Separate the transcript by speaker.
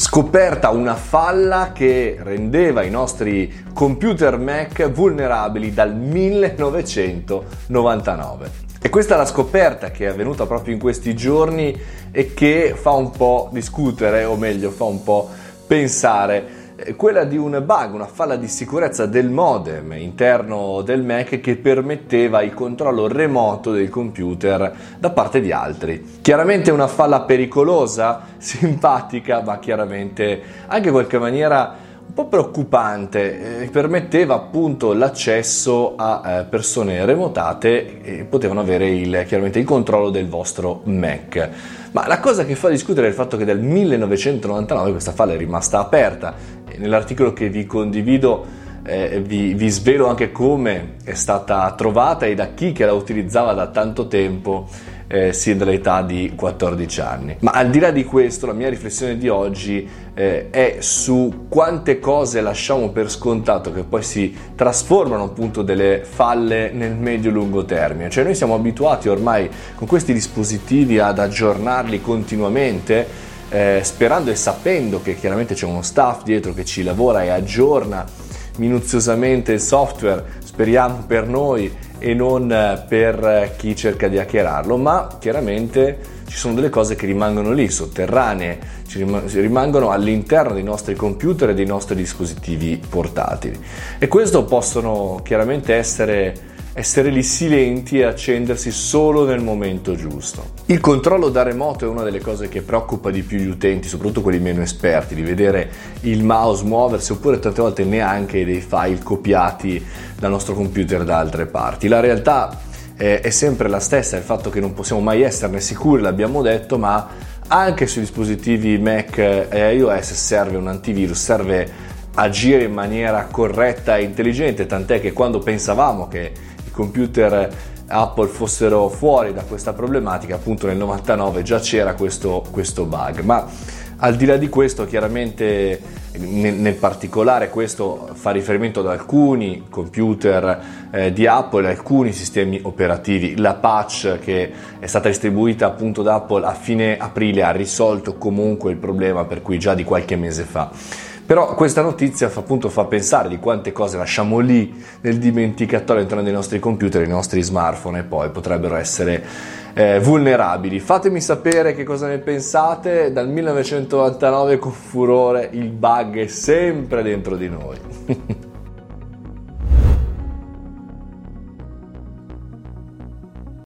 Speaker 1: Scoperta una falla che rendeva i nostri computer Mac vulnerabili dal 1999. E questa è la scoperta che è avvenuta proprio in questi giorni e che fa un po' discutere, o meglio fa un po' pensare, quella di un bug, una falla di sicurezza del modem interno del Mac che permetteva il controllo remoto del computer da parte di altri. Chiaramente una falla pericolosa, simpatica, ma chiaramente anche in qualche maniera un po' preoccupante. Permetteva appunto l'accesso a persone remotate e potevano avere chiaramente il controllo del vostro Mac. Ma la cosa che fa discutere è il fatto che dal 1999 questa falla è rimasta aperta. Nell'articolo che vi condivido vi svelo anche come è stata trovata e da chi che la utilizzava da tanto tempo, sin dall'età di 14 anni. Ma al di là di questo, la mia riflessione di oggi è su quante cose lasciamo per scontato che poi si trasformano appunto delle falle nel medio-lungo termine. Cioè noi siamo abituati ormai con questi dispositivi ad aggiornarli continuamente, sperando e sapendo che chiaramente c'è uno staff dietro che ci lavora e aggiorna minuziosamente il software, speriamo per noi e non per chi cerca di hackerarlo, ma chiaramente ci sono delle cose che rimangono lì, sotterranee, rimangono all'interno dei nostri computer e dei nostri dispositivi portatili, e questo possono chiaramente essere lì silenti e accendersi solo nel momento giusto. Il controllo da remoto è una delle cose che preoccupa di più gli utenti, soprattutto quelli meno esperti, di vedere il mouse muoversi oppure tante volte neanche dei file copiati dal nostro computer da altre parti. La realtà è sempre la stessa, il fatto che non possiamo mai esserne sicuri, l'abbiamo detto, ma anche sui dispositivi Mac e iOS serve un antivirus, serve agire in maniera corretta e intelligente, tant'è che quando pensavamo che i computer Apple fossero fuori da questa problematica, appunto nel 99 già c'era questo bug. Ma al di là di questo, chiaramente nel particolare questo fa riferimento ad alcuni computer di Apple, alcuni sistemi operativi. La patch che è stata distribuita appunto da Apple a fine aprile ha risolto comunque il problema, per cui già di qualche mese fa. Però questa notizia fa pensare di quante cose lasciamo lì nel dimenticatoio all'interno dei nostri computer, dei nostri smartphone, e poi potrebbero essere vulnerabili. Fatemi sapere che cosa ne pensate. Dal 1999 con furore il bug è sempre dentro di noi.